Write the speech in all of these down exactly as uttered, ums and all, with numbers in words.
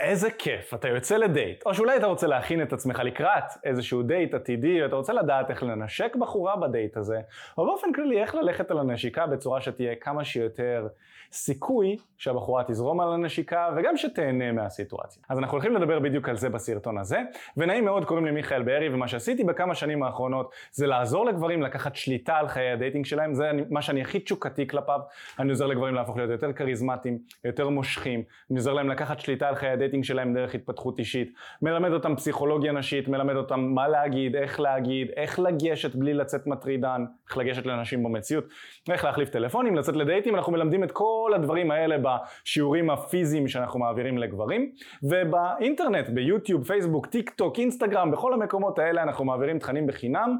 איזה כיף, אתה יוצא לדייט, או שאולי אתה רוצה להכין את עצמך לקראת איזשהו דייט עתידי, ואתה רוצה לדעת איך לנשק בחורה בדייט הזה, או באופן כללי איך ללכת על הנשיקה בצורה שתהיה כמה שיותר סיכוי שהבחורה תזרום על הנשיקה, וגם שתהנה מהסיטואציה. אז אנחנו הולכים לדבר בדיוק על זה בסרטון הזה, ונעים מאוד, קוראים לי מיכאל בארי, ומה שעשיתי בכמה שנים האחרונות זה לעזור לגברים לקחת שליטה על חיי הדייטינג שלהם, זה מה שאני הכי תשוקתי כלפיו. אני עוזר לגברים להפוך להיות יותר כריזמטיים, יותר מושכים, אני עוזר להם לקחת שליטה על חיי הדייטינג שלהם דרך התפתחות אישית, מלמד אותם פסיכולוגיה נשית, מלמד אותם מה להגיד, איך להגיד, איך לגשת בלי לצאת מטרידן, איך לגשת לאנשים במציאות, איך להחליף טלפונים, לצאת לדייטים. אנחנו מלמדים את כל הדברים האלה בשיעורים הפיזיים שאנחנו מעבירים לגברים, ובאינטרנט, ביוטיוב, פייסבוק, טיק טוק, אינסטגרם, בכל המקומות האלה אנחנו מעבירים תכנים בחינם,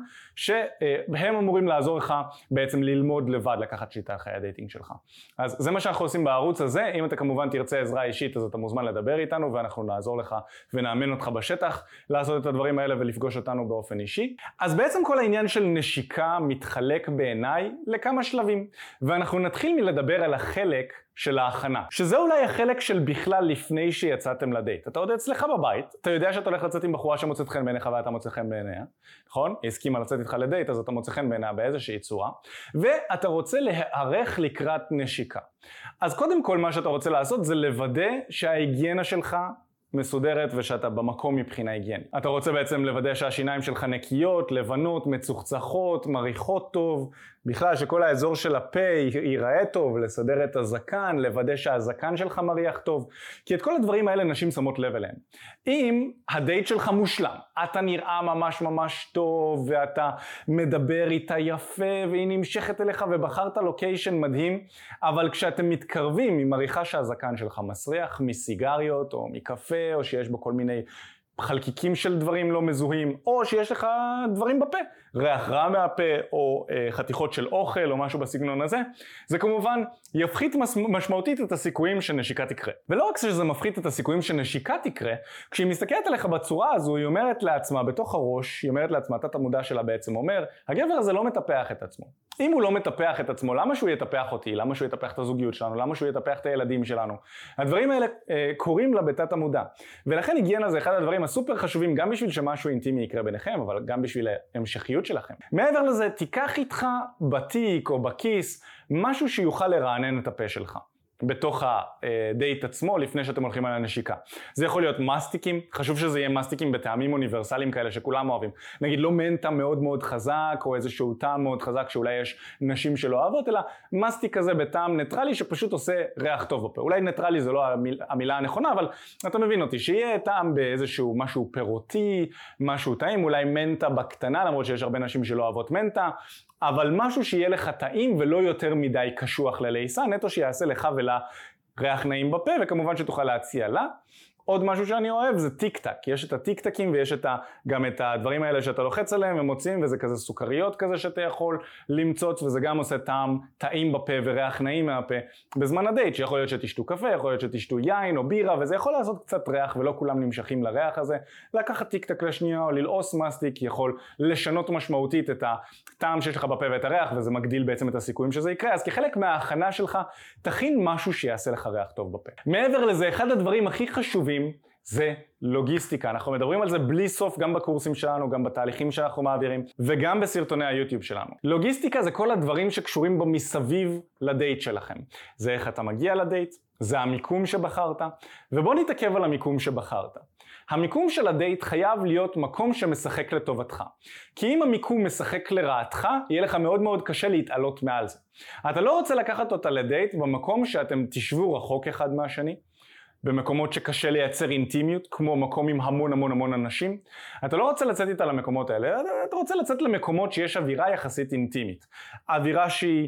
שהם אמורים לעזור לך בעצם ללמוד לבד, לקחת שליטה על חיי הדייטינג שלך. אז זה מה שאנחנו עושים בערוץ הזה. אם אתה כמובן תרצה עזרה אישית, אז אתה מוזמן לדבר איתנו, ואנחנו נעזור לך ונאמן אותך בשטח לעשות את הדברים האלה ולפגוש אותנו באופן אישי. אז בעצם כל העניין של נשיקה מתחלק בעיניי לכמה שלבים, ואנחנו נתחיל מלדבר על החלק של ההכנה, שזה אולי החלק של בכלל לפני שיצאתם לדייט. אתה עוד אצלך בבית, אתה יודע שאתה הולך לצאת עם בחורה שמוצאת חן בעיניך ואתה מוצא חן בעיניה, נכון? היא הסכימה לצאת איתך לדייט, אז אתה מוצא חן בעיניה באיזושהי צורה, ואתה רוצה להיערך לקראת נשיקה. אז קודם כל מה שאתה רוצה לעשות זה לוודא שההיגיינה שלך מסודרת ושאתה במקום מבחינה היגיינית. אתה רוצה בעצם לוודא שהשיניים שלך נקיות, לבנות, מצוחצחות, מריחות טוב, בכלל שכל האזור של הפה ייראה טוב, לסדר את הזקן, לוודא שהזקן שלך מריח טוב, כי את כל הדברים האלה נשים שמות לב אליהם. אם הדייט שלך מושלם, אתה נראה ממש ממש טוב, ואתה מדבר איתה יפה, והיא נמשכת אליך ובחרת לוקיישן מדהים, אבל כשאתם מתקרבים, היא מריחה שהזקן שלך מסריח מסיגריות או מקפה, או שיש בו כל מיני חלקיקים של דברים לא מזוהים, או שיש לך דברים בפה, ריח רע מהפה, או אה, חתיכות של אוכל, או משהו בסגנון הזה, זה כמובן יפחית מס, משמעותית את הסיכויים שנשיקה תקרה. ולא רק שזה מפחית את הסיכויים שנשיקה תקרה, כשהיא מסתכלת עליך בצורה הזו, היא אומרת לעצמה, בתוך הראש, היא אומרת לעצמה, תת המודע שלה בעצם אומר, הגבר הזה לא מטפח את עצמו. אם הוא לא מטפח את עצמו, למה שהוא יטפח אותי? למה שהוא יטפח את הזוגיות שלנו? למה שהוא יטפח את הילדים שלנו? הדברים האלה אה, קורים לה בתת המודע. ולכן היגיינה זה אחד הדברים הסופר חשובים, גם בשביל שמשהו אינטימי יקרה ביניכם, אבל גם בשביל ההמשכיות שלכם. מעבר לזה, תיקח איתך בתיק או בכיס משהו שיוכל לרענן את הפה שלך בתוך הדייט עצמו לפני שאתם הולכים על הנשיקה. זה יכול להיות מסטיקים, חשוב שזה יהיה מסטיקים בטעמים אוניברסליים כאלה שכולם אוהבים. נגיד לא מנטה מאוד מאוד חזק או איזשהו טעם מאוד חזק שאולי יש נשים שלא אוהבות, אלא מסטיק כזה בטעם ניטרלי שפשוט עושה ריח טוב בפה. אולי ניטרלי זה לא המילה, המילה הנכונה, אבל אתה מבין אותי, שיהיה טעם באיזשהו משהו פירותי, משהו טעים, אולי מנטה בקטנה, למרות שיש הרבה נשים שלא אוהבות מנטה, אבל משהו שיהיה לך טעים ולא יותר מדי קשוח ללעיסה, נטו שיעשה לך ולה ריח נעים בפה, וכמובן שתוכל להציע לה. עוד משהו שאני אוהב זה טיק טק, יש את הטיק טקים ויש את ה, גם את הדברים האלה שאתה לוחץ עליהם ומוצאים, וזה כזה סוכריות כזה שאתה יכול למצוץ, וזה גם עושה טעם טעים בפה וריח נעים מהפה בזמן הדייט, שיכול להיות שתשתו קפה, יכול להיות שתשתו יין או בירה, וזה יכול לעשות קצת ריח ולא כולם נמשכים לריח הזה. לקחת טיק טק לשנייה או ללעוס מסטיק יכול לשנות משמעותית את הטעם שיש לך בפה ואת הריח, וזה מגדיל בעצם את הסיכויים שזה יקרה. אז כחלק מההכנה שלך תכין משהו שיעשה לך ריח טוב בפה. מעבר לזה, אחד הדברים הכי חשובים זה לוגיסטיקה. אנחנו מדברים על זה בלי סוף גם בקורסים שלנו, גם בתהליכים שאנחנו מעבירים, וגם בסרטוני היוטיוב שלנו. לוגיסטיקה זה כל הדברים שקשורים בו מסביב לדייט שלכם. זה איך אתה מגיע לדייט, זה המיקום שבחרת, ובוא נתעכב על המיקום שבחרת. המיקום של הדייט חייב להיות מקום שמשחק לטובתך. כי אם המיקום משחק לרעתך, יהיה לך מאוד מאוד קשה להתעלות מעל זה. אתה לא רוצה לקחת אותה לדייט במקום שאתם תשבו רחוק אחד מהשני, במקומות שקשה לייצר אינטימיות, כמו מקום עם המון המון המון אנשים. אתה לא רוצה לצאת איתה למקומות האלה, אתה רוצה לצאת למקומות שיש אווירה יחסית אינטימית. אווירה שהיא,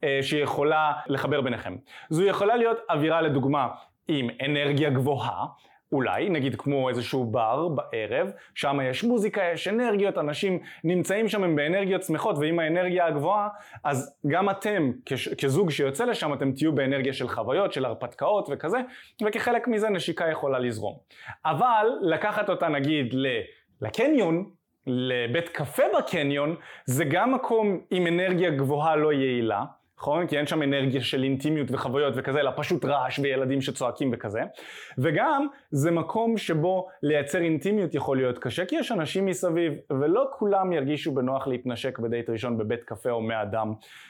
שיכולה לחבר ביניכם. זו יכולה להיות אווירה לדוגמה עם אנרגיה גבוהה, אולי, נגיד כמו איזשהו בר בערב, שם יש מוזיקה, יש אנרגיות, אנשים נמצאים שם הם באנרגיות שמחות, ועם האנרגיה הגבוהה, אז גם אתם, כזוג שיוצא לשם, אתם תהיו באנרגיה של חוויות, של הרפתקאות וכזה, וכחלק מזה נשיקה יכולה לזרום. אבל לקחת אותה נגיד לקניון, לבית קפה בקניון, זה גם מקום עם אנרגיה גבוהה לא יעילה, נכון? כי אין שם אנרגיה של אינטימיות וחוויות וכזה, אלא פשוט רעש וילדים שצועקים וכזה. וגם זה מקום שבו לייצר אינטימיות יכול להיות קשה, כי יש אנשים מסביב, ולא כולם ירגישו בנוח להתנשק בדייט ראשון בבית קפה או מאדם.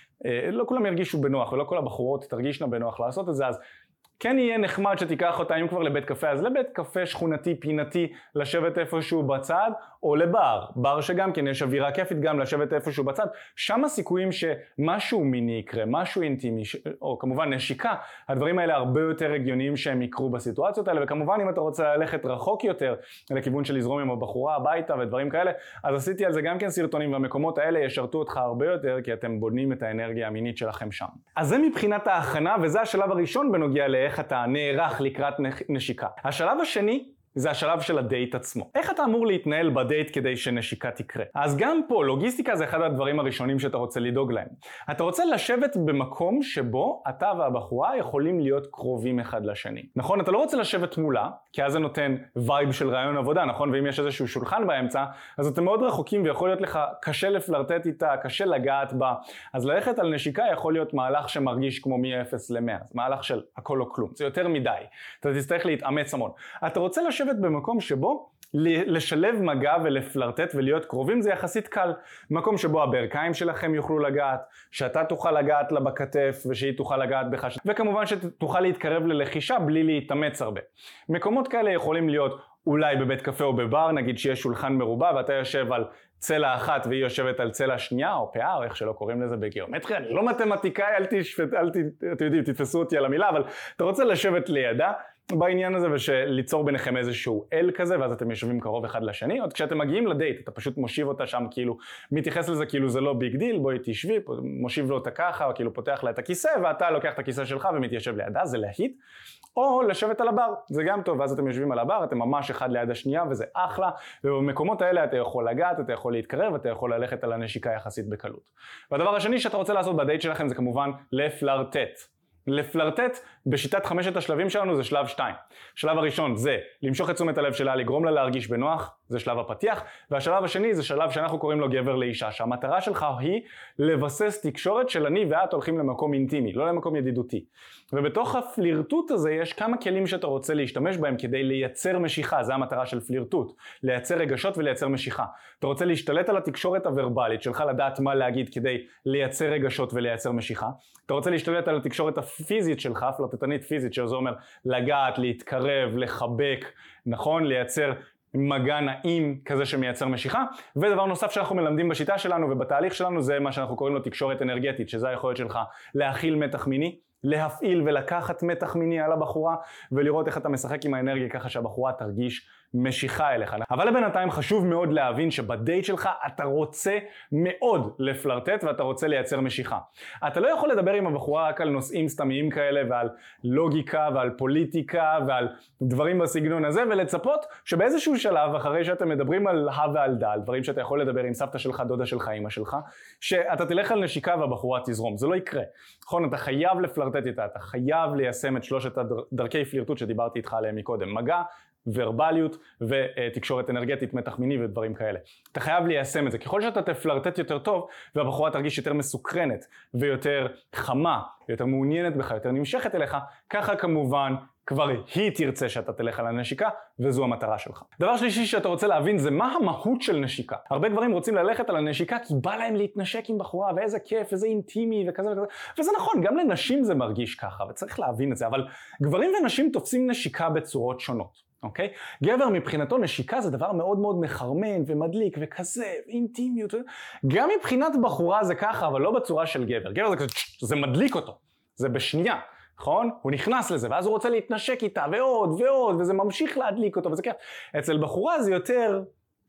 לא כולם ירגישו בנוח, ולא כל הבחורות תרגישנה בנוח לעשות את זה, אז כן יהיה נחמד שתיקח אותה, אם כבר לבית קפה, אז לבית קפה שכונתי, פינתי, לשבת איפשהו בצד, או לבר, בר שגם כן יש אווירה כיפית גם לשבת איפשהו בצד, שם הסיכויים שמשהו מיני יקרה, משהו אינטימי, או כמובן נשיקה, הדברים האלה הרבה יותר הגיוניים שהם יקרו בסיטואציות האלה, וכמובן אם אתה רוצה ללכת רחוק יותר, לכיוון של לזרום עם הבחורה הביתה ודברים כאלה, אז עשיתי על זה גם כן סרטונים, והמקומות האלה ישרתו אותך הרבה יותר, כי אתם בונים את האנרגיה המינית שלכם שם. אז זה מבחינת ההכנה, וזה השלב הראשון בנוגע לאיך אתה נערך לקראת נשיקה. השלב השני, זה השלב של הדייט עצמו. איך אתה אמור להתנהל בדייט כדי שנשיקה תקרה? אז גם פה, לוגיסטיקה זה אחד הדברים הראשונים שאתה רוצה לדאוג להם. אתה רוצה לשבת במקום שבו אתה והבחורה יכולים להיות קרובים אחד לשני. נכון? אתה לא רוצה לשבת מולה, כי אז זה נותן וייב של רעיון עבודה, נכון? ואם יש איזשהו שולחן באמצע, אז אתם מאוד רחוקים ויכול להיות לך קשה לפלרטט איתה, קשה לגעת בה. אז ללכת על נשיקה יכול להיות מהלך שמרגיש כמו מ-אפס ל-מאה. זה מהלך של הכל או כלום. זה יותר מדי. אתה תצטרך להתאמץ המון. אתה רוצה לשבת במקום שבו לשלב מגע ולפלרטט ולהיות קרובים זה יחסית קל. מקום שבו הברכיים שלכם יוכלו לגעת, שאתה תוכל לגעת לה בכתף ושהיא תוכל לגעת בך, וכמובן שתוכל להתקרב ללחישה בלי להתאמץ הרבה. מקומות כאלה יכולים להיות אולי בבית קפה או בבר, נגיד שיש שולחן מרובע ואתה יושב על צלע אחת והיא יושבת על צלע שנייה או פאה או איך שלא קוראים לזה בגיאומטריה. אני לא מתמטיקאי, אל תשפט, אל ת, אתם יודעים, תתפסו אותי על המילה, אבל אתה רוצה לשבת לידה בעניין הזה וליצור ביניכם איזשהו אל כזה, ואז אתם יושבים קרוב אחד לשני. עוד כשאתם מגיעים לדייט אתה פשוט מושיב אותה שם, כאילו מתייחס לזה כאילו זה לא ביג דיל, בואי תשבי, מושיב לו אותה ככה, או כאילו פותח לה את הכיסא ואתה לוקח את הכיסא שלך ומתיישב לידה, זה להיט. או לשבת על הבר, זה גם טוב, ואז אתם יושבים על הבר, אתם ממש אחד ליד השנייה וזה אחלה, ובמקומות האלה אתה יכול לגעת, אתה יכול להתקרב, אתה יכול ללכת על הנשיקה יחסית בקלות. והדבר השני שאתה רוצה לעשות בדייט שלכם זה כמובן לפלרטט. לפלרטט בשיטת חמשת השלבים שלנו זה שלב שתיים. שלב הראשון זה למשוך את תשומת הלב שלה, לגרום לה להרגיש בנוח, זה שלב הפתיח, והשלב השני זה שלב שאנחנו קוראים לו גבר לאישה, שהמטרה שלך היא לבסס תקשורת של אני ואת הולכים למקום אינטימי, לא למקום ידידותי. ובתוך הפלירטוט הזה יש כמה כלים שאתה רוצה להשתמש בהם כדי לייצר משיכה, זה המטרה של פלירטוט, לייצר רגשות ולייצר משיכה. אתה רוצה להשתלט על התקשורת הוורבלית שלך, לדעת מה להגיד כדי לייצר רגשות ולייצר משיכה. אתה רוצה להשתלט על התקשורת הפיזית שלך, פלרטטנית פיזית, שזה אומר לגעת, להתקרב, לחבק, נכון? לייצר מגע נעים כזה שמייצר משיכה. ודבר נוסף שאנחנו מלמדים בשיטה שלנו ובתהליך שלנו זה מה שאנחנו קוראים לו תקשורת אנרגטית, שזה היכולת שלך להכיל מתח מיני, להפעיל ולקחת מתח מיני על הבחורה ולראות איך אתה משחק עם האנרגיה ככה שהבחורה תרגיש משיכה אליך. אבל לבינתיים חשוב מאוד להבין שבדייט שלך אתה רוצה מאוד לפלרטט ואתה רוצה לייצר משיכה. אתה לא יכול לדבר עם הבחורה רק על נושאים סתמיים כאלה ועל לוגיקה ועל פוליטיקה ועל דברים בסגנון הזה ולצפות שבאיזשהו שלב אחרי שאתם מדברים על הא ועל דא, על דברים שאתה יכול לדבר עם סבתא שלך, דודה שלך, אמא שלך, שאתה תלך על נשיקה והבחורה תזרום. זה לא יקרה. נכון, אתה חייב לפלרטט איתה, אתה חייב ליישם את שלושת דרכי פלירטוט שדיברתי איתך עליהם מקודם. מגע, ורבליות ותקשורת אנרגטית, מתח מיני ודברים כאלה. אתה חייב ליישם את זה. ככל שאתה תפלרטט יותר טוב והבחורה תרגיש יותר מסוקרנת ויותר חמה, יותר מעוניינת בך, יותר נמשכת אליך, ככה כמובן כבר היא תרצה שאתה תלך על הנשיקה וזו המטרה שלך. דבר שלישי שאתה רוצה להבין זה מה המהות של נשיקה. הרבה גברים רוצים ללכת על הנשיקה כי בא להם להתנשק עם בחורה ואיזה כיף וזה אינטימי וכזה וכזה. וזה נכון, גם לנשים זה מרגיש ככה וצריך להבין את זה, אבל גברים ונשים תופסים נשיקה בצורות שונות. אוקיי? גבר מבחינתו נשיקה זה דבר מאוד מאוד מחרמן ומדליק וכזה, אינטימיות. גם מבחינת בחורה זה ככה, אבל לא בצורה של גבר. גבר זה כזה, זה מדליק אותו. זה בשנייה, נכון? הוא נכנס לזה, ואז הוא רוצה להתנשק איתה, ועוד ועוד, וזה ממשיך להדליק אותו, וזה כיף. אצל בחורה זה יותר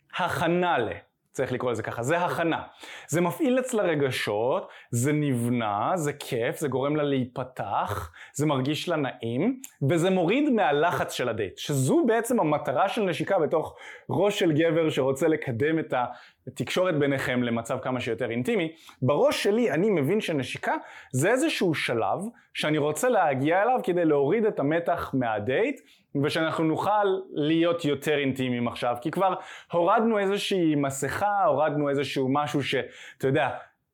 הכנה ל... צריך לקרוא לזה ככה, זה הכנה. זה מפעיל אצלה רגשות, זה נבנה, זה כיף, זה גורם לה להיפתח, זה מרגיש לה נעים, וזה מוריד מהלחץ של הדייט, שזו בעצם המטרה של נשיקה בתוך ראש של גבר שרוצה לקדם את התקשורת ביניכם למצב כמה שיותר אינטימי. בראש שלי אני מבין שנשיקה זה איזשהו שלב שאני רוצה להגיע אליו כדי להוריד את המתח מהדייט, ושאנחנו נוכל להיות יותר אינטימיים עכשיו, כי כבר הורדנו איזושהי מסכה, הורדנו איזשהו משהו שאתה יודע,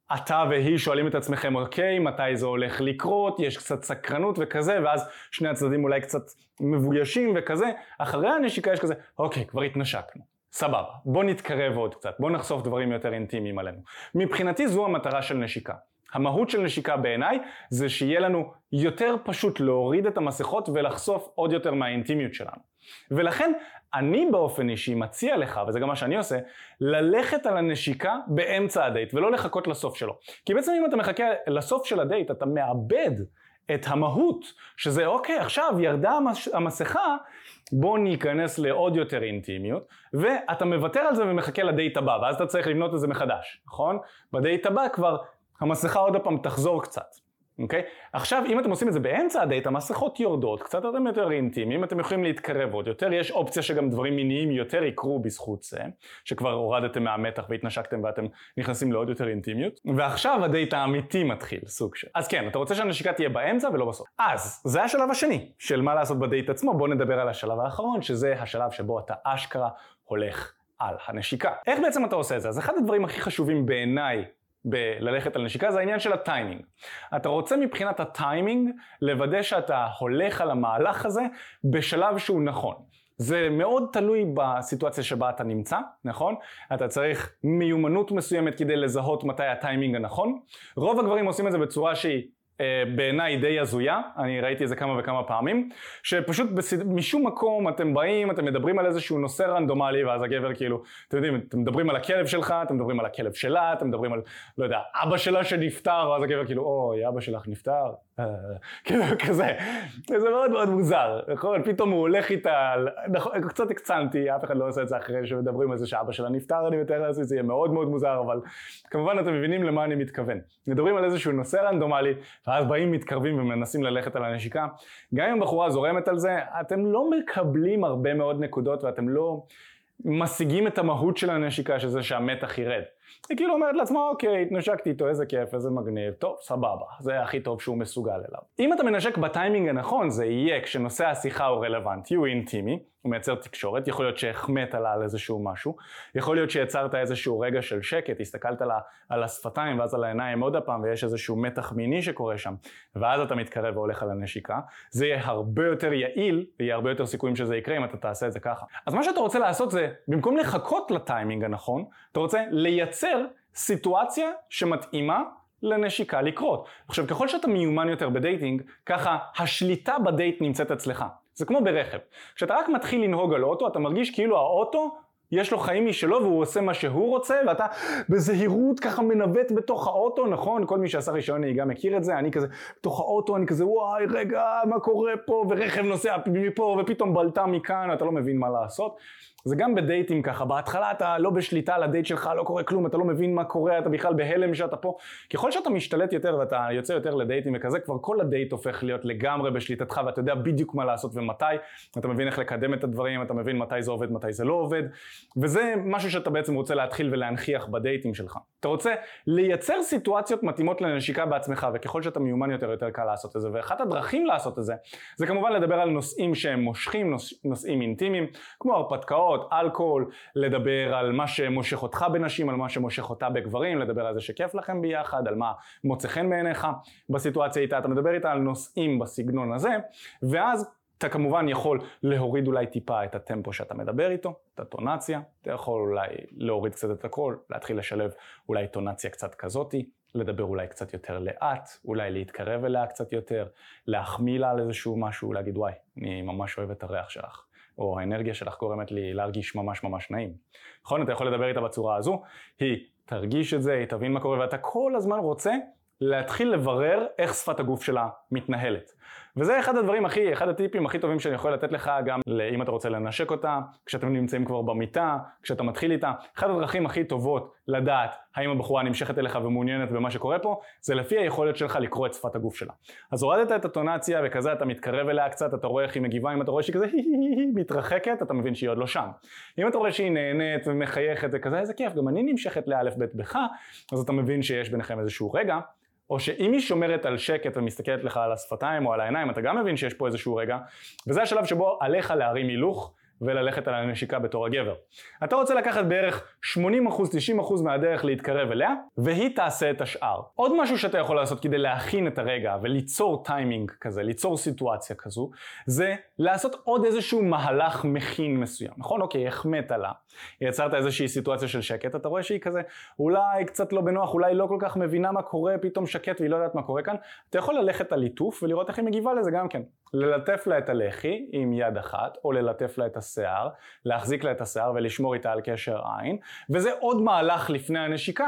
אתה והיא שואלים את עצמכם, אוקיי, מתי זה הולך לקרות, יש קצת סקרנות וכזה, ואז שני הצדדים אולי קצת מבוישים וכזה, אחרי הנשיקה יש כזה, אוקיי, כבר התנשקנו, סבבה, בוא נתקרב עוד קצת, בוא נחשוף דברים יותר אינטימיים עלינו. מבחינתי זו המטרה של נשיקה. המהות של נשיקה בעיניי זה שיהיה לנו יותר פשוט להוריד את המסכות ולחשוף עוד יותר מהאינטימיות שלנו. ולכן אני באופן אישי מציע לך, וזה גם מה שאני עושה, ללכת על הנשיקה באמצע הדייט ולא לחכות לסוף שלו. כי בעצם אם אתה מחכה לסוף של הדייט אתה מאבד את המהות, שזה אוקיי עכשיו ירדה המס... המסכה, בוא ניכנס לעוד יותר אינטימיות, ואתה מוותר על זה ומחכה לדייט הבא, ואז אתה צריך לבנות את זה מחדש, נכון? בדייט הבא כבר המסכה עוד הפעם תחזור קצת. אוקיי? עכשיו, אם אתם עושים את זה באמצע הדייט, המסכות יורדות, קצת אתם יותר אינטימיים, אתם יכולים להתקרב עוד יותר, יש אופציה שגם דברים מיניים יותר יקרו בזכות זה, שכבר הורדתם מהמתח והתנשקתם ואתם נכנסים לעוד יותר אינטימיות, ועכשיו הדייט האמיתי מתחיל, סוג של. אז כן, אתה רוצה שהנשיקה תהיה באמצע ולא בסוף. אז, זה השלב השני של מה לעשות בדייט עצמו, בואו נדבר על השלב האחרון, שזה השלב שבו אתה אשכרה הולך על הנשיקה. איך בעצם אתה עושה את זה? אז אחד הדברים הכי חשובים בעיניי בללכת על נשיקה זה העניין של הטיימינג. אתה רוצה מבחינת הטיימינג לוודא שאתה הולך על המהלך הזה בשלב שהוא נכון. זה מאוד תלוי בסיטואציה שבה אתה נמצא, נכון? אתה צריך מיומנות מסוימת כדי לזהות מתי הטיימינג הנכון. רוב הגברים עושים את זה בצורה שהיא בעיניי די הזויה, אני ראיתי את זה כמה וכמה פעמים, שפשוט בסד... משום מקום אתם באים, אתם מדברים על איזשהו נושא רנדומלי, ואז הגבר כאילו, אתם יודעים, אתם מדברים על הכלב שלך, אתם מדברים על הכלב שלה, אתם מדברים על, לא יודע, אבא שלה שנפטר, ואז הגבר כאילו, אוי, אבא שלך נפטר, כאילו כזה, זה מאוד מאוד מוזר, נכון? פתאום הוא הולך איתה, נכון, קצת הקצנתי, אף אחד לא עושה את זה אחרי שמדברים על זה שאבא שלה נפטר, אני מתאר לעצמי, זה יהיה מאוד מאוד מוזר, אבל כמובן אתם מבינים למה אני מתכוון. מדברים על איזשהו נושא רנדומלי, ואז באים מתקרבים ומנסים ללכת על הנשיקה. גם אם בחורה זורמת על זה, אתם לא מקבלים הרבה מאוד נקודות, ואתם לא משיגים את המהות של הנשיקה, שזה שהמתח ירד. היא כאילו אומרת לעצמה, אוקיי, התנשקתי איתו, איזה כיף, איזה מגניב, טוב, סבבה, זה הכי טוב שהוא מסוגל אליו. אם אתה מנשק בטיימינג הנכון, זה יהיה כשנושא השיחה הוא רלוונטי, הוא אינטימי, הוא מייצר תקשורת, יכול להיות שהחמאת עלה על איזשהו משהו, יכול להיות שיצרת איזשהו רגע של שקט, הסתכלת על, על השפתיים ואז על העיניים עוד הפעם, ויש איזשהו מתח מיני שקורה שם, ואז אתה מתקרב והולך על הנשיקה, זה יהיה הרבה יותר יעיל, ויהיה הרבה יותר סיכויים שזה יקרה אם אתה תעשה את זה ככה. אז מה שאתה רוצה לעשות זה, במקום לחכות לטיימינג הנכון, אתה רוצה לייצר סיטואציה שמתאימה לנשיקה לקרות. עכשיו, ככל שאתה מיומן יותר בדייטינג, ככה השליטה בדייט נמצאת אצלך. זה כמו ברכב. כשאתה רק מתחיל לנהוג על אוטו, אתה מרגיש כאילו האוטו יש לו חיים משלו והוא עושה מה שהוא רוצה, ואתה בזהירות ככה מנווט בתוך האוטו, נכון? כל מי שעשה רישיון נהיגה מכיר את זה, אני כזה, בתוך האוטו אני כזה, וואי, רגע, מה קורה פה? ורכב נוסע מפה, ופתאום בלטה מכאן, אתה לא מבין מה לעשות. זה גם בדייטים ככה, בהתחלה אתה לא בשליטה על הדייט שלך, לא קורה כלום, אתה לא מבין מה קורה, אתה בכלל בהלם שאתה פה. ככל שאתה משתלט יותר ואתה יוצא יותר לדייטים וכזה, כבר כל הדייט הופך להיות לגמרי בשליטתך, ואתה יודע בדיוק מה לעשות ומתי, אתה מבין איך לקדם את הדברים, אתה מבין מתי זה עובד, מתי זה לא עובד, וזה משהו שאתה בעצם רוצה להתחיל ולהנכיח בדייטים שלך. אתה רוצה לייצר סיטואציות מתאימות לנשיקה בעצמך, וככל שאתה מיומן יותר, יותר קל לעשות את זה, ואחת הדרכים לעשות את זה, זה כמובן לדבר על נושאים שהם מושכים, נוש... נושאים אינטימיים, כמו הרפתקאות, אלכוהול, לדבר על מה שמושך אותך בנשים, על מה שמושך אותה בגברים, לדבר על זה שכיף לכם ביחד, על מה מוצא חן בעיניך בסיטואציה איתה, אתה מדבר איתה על נושאים בסגנון הזה, ואז אתה כמובן יכול להוריד אולי טיפה את הטמפו שאתה מדבר איתו, את הטונציה, אתה יכול אולי להוריד קצת את הכל, להתחיל לשלב אולי טונציה קצת כזאתי, לדבר אולי קצת יותר לאט, אולי להתקרב אליה קצת יותר, להחמיא לה על איזשהו משהו, להגיד וואי, אני ממש אוהב את הריח שלך. או האנרגיה שלך גורמת לי להרגיש ממש ממש נעים. נכון? אתה יכול לדבר איתה בצורה הזו, היא תרגיש את זה, היא תבין מה קורה, ואתה כל הזמן רוצה להתחיל לברר איך שפת הגוף שלה מתנהלת. וזה אחד הדברים הכי, אחד הטיפים הכי טובים שאני יכול לתת לך, גם אם אתה רוצה לנשק אותה, כשאתם נמצאים כבר במיטה, כשאתה מתחיל איתה. אחד הדרכים הכי טובות לדעת האם הבחורה נמשכת אליך ומעוניינת במה שקורה פה, זה לפי היכולת שלך לקרוא את שפת הגוף שלה. אז הורדת את הטונציה וכזה אתה מתקרב אליה קצת, אתה רואה איך היא מגיבה, אם אתה רואה שהיא כזה מתרחקת, אתה מבין שהיא עוד לא שם. אם אתה רואה שהיא נהנית ומחייכת וכזה, איזה כיף, גם אני נמשכת לאלף בית בך, אז אתה מבין שיש ביניכם איזשהו רגע. או שאם היא שומרת על שקט ומסתכלת לך על השפתיים או על העיניים, אתה גם מבין שיש פה איזשהו רגע, וזה השלב שבו עליך להרים הילוך וללכת על הנשיקה בתור הגבר. אתה רוצה לקחת בערך שמונים אחוז תשעים אחוז מהדרך להתקרב אליה, והיא תעשה את השאר. עוד משהו שאתה יכול לעשות כדי להכין את הרגע וליצור טיימינג כזה, ליצור סיטואציה כזו, זה לעשות עוד איזשהו מהלך מכין מסוים. נכון? אוקיי, החמאת לה. יצרת איזושהי סיטואציה של שקט, אתה רואה שהיא כזה אולי קצת לא בנוח, אולי לא כל כך מבינה מה קורה, פתאום שקט והיא לא יודעת מה קורה כאן. אתה יכול ללכת על ליטוף ולראות איך היא מגיבה לזה גם כן. ללטף לה את הלחי עם יד אחת, או ללטף לה את השיער, להחזיק לה את השיער ולשמור איתה על קשר עין, וזה עוד מהלך לפני הנשיקה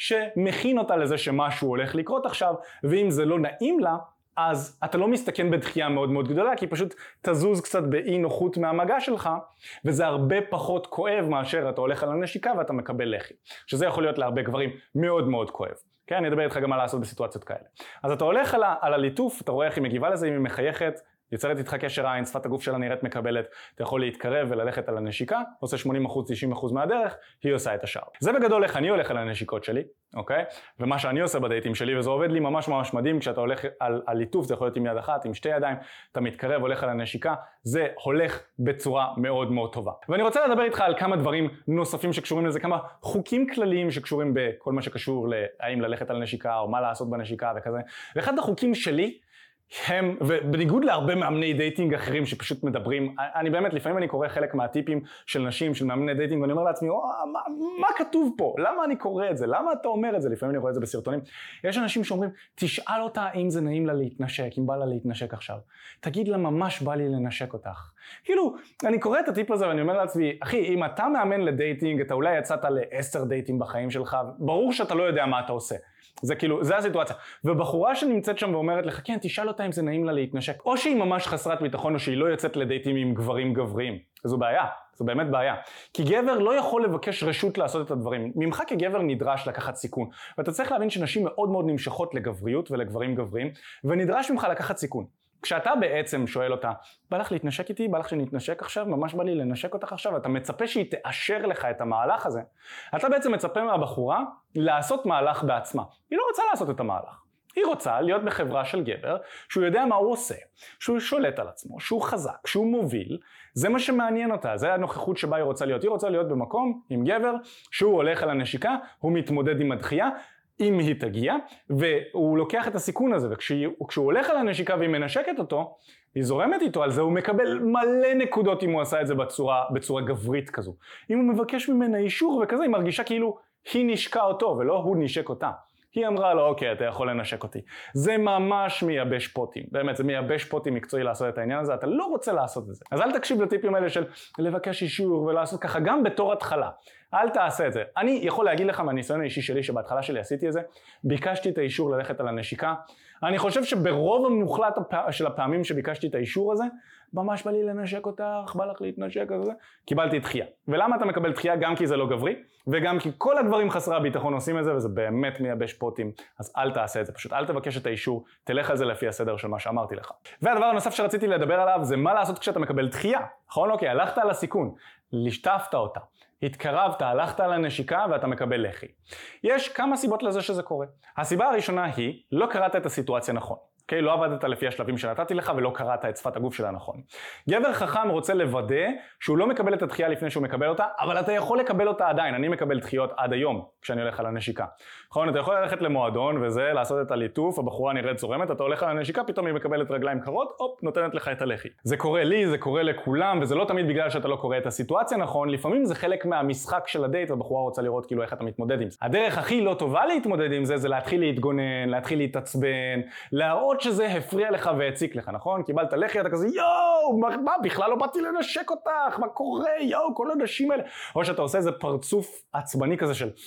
שמכין אותה לזה שמשהו הולך לקרות עכשיו, ואם זה לא נעים לה, אז אתה לא מסתכן בדחייה מאוד מאוד גדולה, כי פשוט תזוז קצת באי נוחות מהמגע שלך, וזה הרבה פחות כואב מאשר אתה הולך על הנשיקה ואתה מקבל לחי, שזה יכול להיות להרבה גברים מאוד מאוד כואב. כן, אני אדבר איתך גם מה לעשות בסיטואציות כאלה. אז אתה הולך על, ה- על הליטוף, אתה רואה איך היא מגיבה לזה, אם היא מחייכת, יוצרת איתך קשר עין, שפת הגוף שלה נראית מקבלת, אתה יכול להתקרב וללכת על הנשיקה, עושה שמונים אחוז תשעים אחוז מהדרך, היא עושה את השאר. זה בגדול איך אני הולך על הנשיקות שלי, אוקיי? ומה שאני עושה בדייטים שלי, וזה עובד לי ממש ממש מדהים, כשאתה הולך על, על ליטוף, זה יכול להיות עם יד אחת, עם שתי ידיים, אתה מתקרב, הולך על הנשיקה, זה הולך בצורה מאוד מאוד טובה. ואני רוצה לדבר איתך על כמה דברים נוספים שקשורים לזה, כמה חוקים כלליים שקשורים בכל מה שקשור להאם ללכת על נשיקה, או מה לעשות בנשיקה וכזה. ואחד החוקים שלי, הם, ובניגוד להרבה מאמני דייטינג אחרים שפשוט מדברים, אני באמת, לפעמים אני קורא חלק מהטיפים של נשים, של מאמני דייטינג, ואני אומר לעצמי, מה, מה כתוב פה? למה אני קורא את זה? למה אתה אומר את זה? לפעמים אני רואה את זה בסרטונים. יש אנשים שאומרים, תשאל אותה אם זה נעים לה להתנשק, אם בא לה להתנשק עכשיו. תגיד לה, ממש בא לי לנשק אותך. כאילו, אני קורא את הטיפ הזה ואני אומר לעצמי, אחי, אם אתה מאמן לדייטינג, אתה אולי יצאת לעשר דייטים בחיים שלך, ברור שאתה לא יודע מה אתה עושה. זה כאילו, זה הסיטואציה. ובחורה שנמצאת שם ואומרת לך, כן, תשאל אותה אם זה נעים לה להתנשק. או שהיא ממש חסרת ביטחון, או שהיא לא יוצאת לדייטים עם גברים גבריים. זו בעיה, זו באמת בעיה. כי גבר לא יכול לבקש רשות לעשות את הדברים. ממך כגבר נדרש לקחת סיכון. ואתה צריך להבין שנשים מאוד מאוד נמשכות לגבריות ולגברים גבריים, ונדרש ממך לקחת סיכון. כשאתה בעצם שואל אותה, בא לך להתנשק איתי? בא לך שנתנשק עכשיו? ממש בא לי לנשק אותך עכשיו? אתה מצפה שהיא תאשר לך את המהלך הזה. אתה בעצם מצפה מהבחורה לעשות מהלך בעצמה. היא לא רוצה לעשות את המהלך. היא רוצה להיות בחברה של גבר, שהוא יודע מה הוא עושה, שהוא שולט על עצמו, שהוא חזק, שהוא מוביל. זה מה שמעניין אותה, זה הנוכחות שבה היא רוצה להיות. היא רוצה להיות במקום עם גבר, שהוא הולך על הנשיקה, הוא מתמודד עם הדחייה, אם היא תגיע, והוא לוקח את הסיכון הזה, וכשהוא הולך על הנשיקה והיא מנשקת אותו, היא זורמת איתו על זה, הוא מקבל מלא נקודות אם הוא עשה את זה בצורה, בצורה גברית כזו. אם הוא מבקש ממנה אישור וכזה, היא מרגישה כאילו היא נשקה אותו ולא הוא נשק אותה. היא אמרה לו, אוקיי, אתה יכול לנשק אותי. זה ממש מייבש פוטים, באמת, זה מייבש פוטים מקצועי לעשות את העניין הזה, אתה לא רוצה לעשות את זה. אז אל תקשיב לטיפים האלה של לבקש אישור ולעשות ככה, גם בתור התחלה. אל תעשה את זה. אני יכול להגיד לך מהניסיון האישי שלי, שבהתחלה שלי עשיתי את זה, ביקשתי את האישור ללכת על הנשיקה. אני חושב שברוב המוחלט של הפעמים שביקשתי את האישור הזה, ממש בא לי לנשק אותך, בא לך להתנשק וזה, קיבלתי דחייה. ולמה אתה מקבל דחייה? גם כי זה לא גברי, וגם כי כל הגברים חסרי הביטחון עושים את זה, וזה באמת מייבש פוטים, אז אל תעשה את זה, פשוט אל תבקש את האישור, תלך על זה לפי הסדר של מה שאמרתי לך. והדבר הנוסף שרציתי לדבר עליו, זה מה לעשות כשאתה מקבל דחייה. נכון? אוקיי, הלכת על הסיכון, לשטפת אותה, התקרבת, הלכת על הנשיקה ואתה מקבל לחי. יש כמה סיבות לזה שזה קורה. הסיבה הראשונה היא, לא קראת את הסיטואציה נכון. אוקיי, לא עבדת לפי השלבים שנתתי לך ולא קראת את שפת הגוף שלה נכון. גבר חכם רוצה לוודא שהוא לא מקבל את הדחייה לפני שהוא מקבל אותה, אבל אתה יכול לקבל אותה עדיין. אני מקבל דחיות עד היום כשאני הולך על הנשיקה. נכון, אתה יכול ללכת למועדון וזה, לעשות את הליטוף, הבחורה נראית זורמת, אתה הולך על הנשיקה, פתאום היא מקבלת רגליים קרות, הופ, נותנת לך את הלחי. זה קורה לי, זה קורה לכולם, וזה לא תמיד בגלל שאתה לא קורא את הסיטואציה נכון, לפעמים זה חלק מהמשחק של הדייט, והבחורה רוצה לראות כאילו איך אתה מתמודד עם זה. הדרך הכי לא טובה להתמודד עם זה, זה להתחיל להתגונן, להתחיל להתעצבן, להראות שזה הפריע לך והציק לך, נכון? קיבלת לחי, אתה כזה, יואו, מה, מה, בכלל לא באתי לנשק אותך, מה קורה, יואו, כל האנשים האלה. או שאתה עושה איזה פרצוף עצבני כזה של,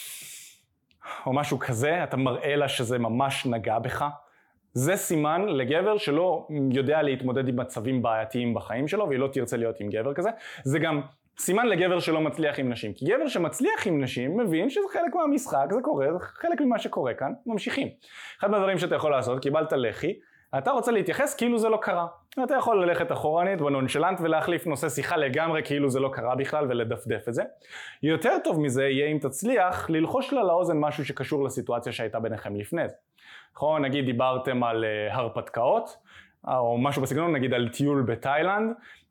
או משהו כזה, אתה מראה לה שזה ממש נגע בך. זה סימן לגבר שלא יודע להתמודד עם מצבים בעייתיים בחיים שלו, והיא לא תרצה להיות עם גבר כזה. זה גם סימן לגבר שלא מצליח עם נשים, כי גבר שמצליח עם נשים מבין שזה חלק מהמשחק, זה קורה, זה חלק ממה שקורה כאן, ממשיכים. אחד מהדברים שאתה יכול לעשות, קיבלת לחי, אתה רוצה להתייחס כאילו זה לא קרה. אתה יכול ללכת אחורנית בנונשלנט ולהחליף נושא שיחה לגמרי כאילו זה לא קרה בכלל ולדפדף את זה. יותר טוב מזה יהיה אם תצליח ללחוש לה לאוזן משהו שקשור לסיטואציה שהייתה ביניכם לפני זה. נכון, נגיד דיברתם על uh, הרפתקאות, או משהו בסגנון, נגיד על טיול בתאילנד,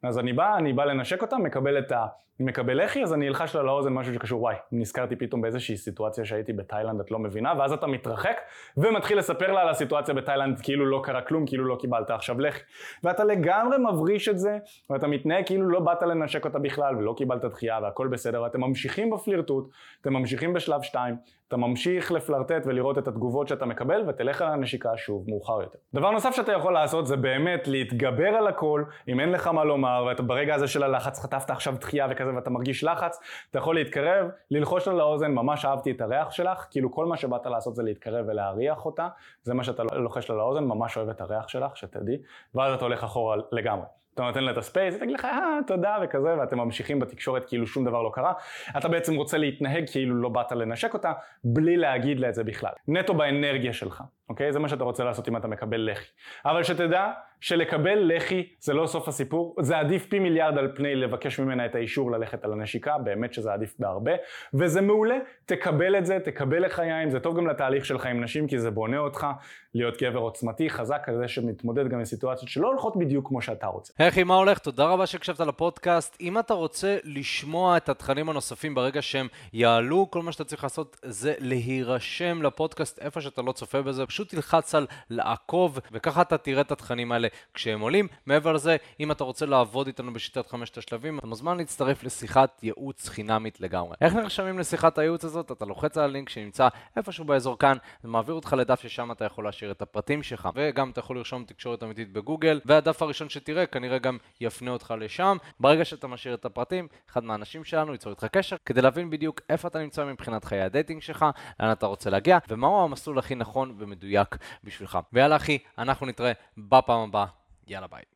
אז אני בא, אני בא לנשק אותה, מקבל את ה... מקבל לחי, אז אני אלחש לה לאוזן משהו שקשור, וואי, נזכרתי פתאום באיזושהי סיטואציה שהייתי בתאילנד, את לא מבינה, ואז אתה מתרחק ומתחיל לספר לה על הסיטואציה בתאילנד, כאילו לא קרה כלום, כאילו לא קיבלת עכשיו לחי. ואתה לגמרי מבריש את זה, ואתה מתנהג כאילו לא באת לנשק אותה בכלל, ולא קיבלת דחייה, והכל בסדר, ואתם ממשיכים בפלירטוט, אתם ממשיכים בשלב שתיים, אתה ממשיך לפלרטט ולראות את התגובות שאתה מקבל, ותלך על הנשיקה שוב מאוחר יותר. דבר נוסף שאתה יכול לעשות זה באמת להתגבר על הכל, אם אין לך מה לומר, ואתה ברגע הזה של הלחץ חטפת עכשיו דחייה וכזה, ואתה מרגיש לחץ, אתה יכול להתקרב, ללחוש לה לאוזן, ממש אהבתי את הריח שלך, כאילו כל מה שבאת לעשות זה להתקרב ולהריח אותה, זה מה שאתה לוחש לה לאוזן, ממש אוהב את הריח שלך, שתדעי, ואז אתה הולך אחורה לגמרי. אתה נותן לה את הספייס, תגיד לך, אה, תודה וכזה, ואתם ממשיכים בתקשורת כאילו שום דבר לא קרה. אתה בעצם רוצה להתנהג כאילו לא באת לנשק אותה, בלי להגיד לה את זה בכלל. נטו באנרגיה שלך, אוקיי? זה מה שאתה רוצה לעשות אם אתה מקבל לחי. אבל שתדע שלקבל לחי זה לא סוף הסיפור, זה עדיף פי מיליארד על פני לבקש ממנה את האישור ללכת על הנשיקה, באמת שזה עדיף בהרבה, וזה מעולה, תקבל את זה, תקבל לחיים, זה טוב גם לתהליך שלך עם נשים, כי זה בונה אותך להיות גבר עוצמתי, חזק, כזה שמתמודד גם עם סיטואציות שלא הולכות בדיוק כמו שאתה רוצה. היי אחי, מה הולך? תודה רבה שהקשבת לפודקאסט. אם אתה רוצה לשמוע את התכנים הנוספים ברגע שהם יעלו, כל מה שאתה צריך לעשות זה להירשם לפודקאסט איפה שאתה לא צופה בזה, פשוט תלחץ על לעקוב, וככה אתה תראה את התכנים האלה כשהם עולים. מעבר לזה, אם אתה רוצה לעבוד איתנו בשיטת חמשת השלבים, אתה מוזמן להצטרף לשיחת ייעוץ חינמית לגמרי. איך נרשמים לשיחת הייעוץ הזאת? אתה לוחץ על הלינק שנמצא איפשהו באזור כאן, זה מעביר אותך לדף ששם אתה יכול להשאיר את הפרטים שלך, וגם אתה יכול לרשום תקשורת אמיתית בגוגל, והדף הראשון שתראה כנראה גם יפנה אותך לשם. ברגע שאתה משאיר את הפרטים, אחד מהאנשים שלנו ייצור איתך קשר, כדי להבין בדיוק איפה אתה נמצא מבחינת חיי הדייטינג שלך, לאן אתה רוצה להגיע, ומהו המסלול הכי נכון ומדויק בשבילך. ויאללה אחי, אנחנו נתראה בפעם הבאה. יאללה ביי.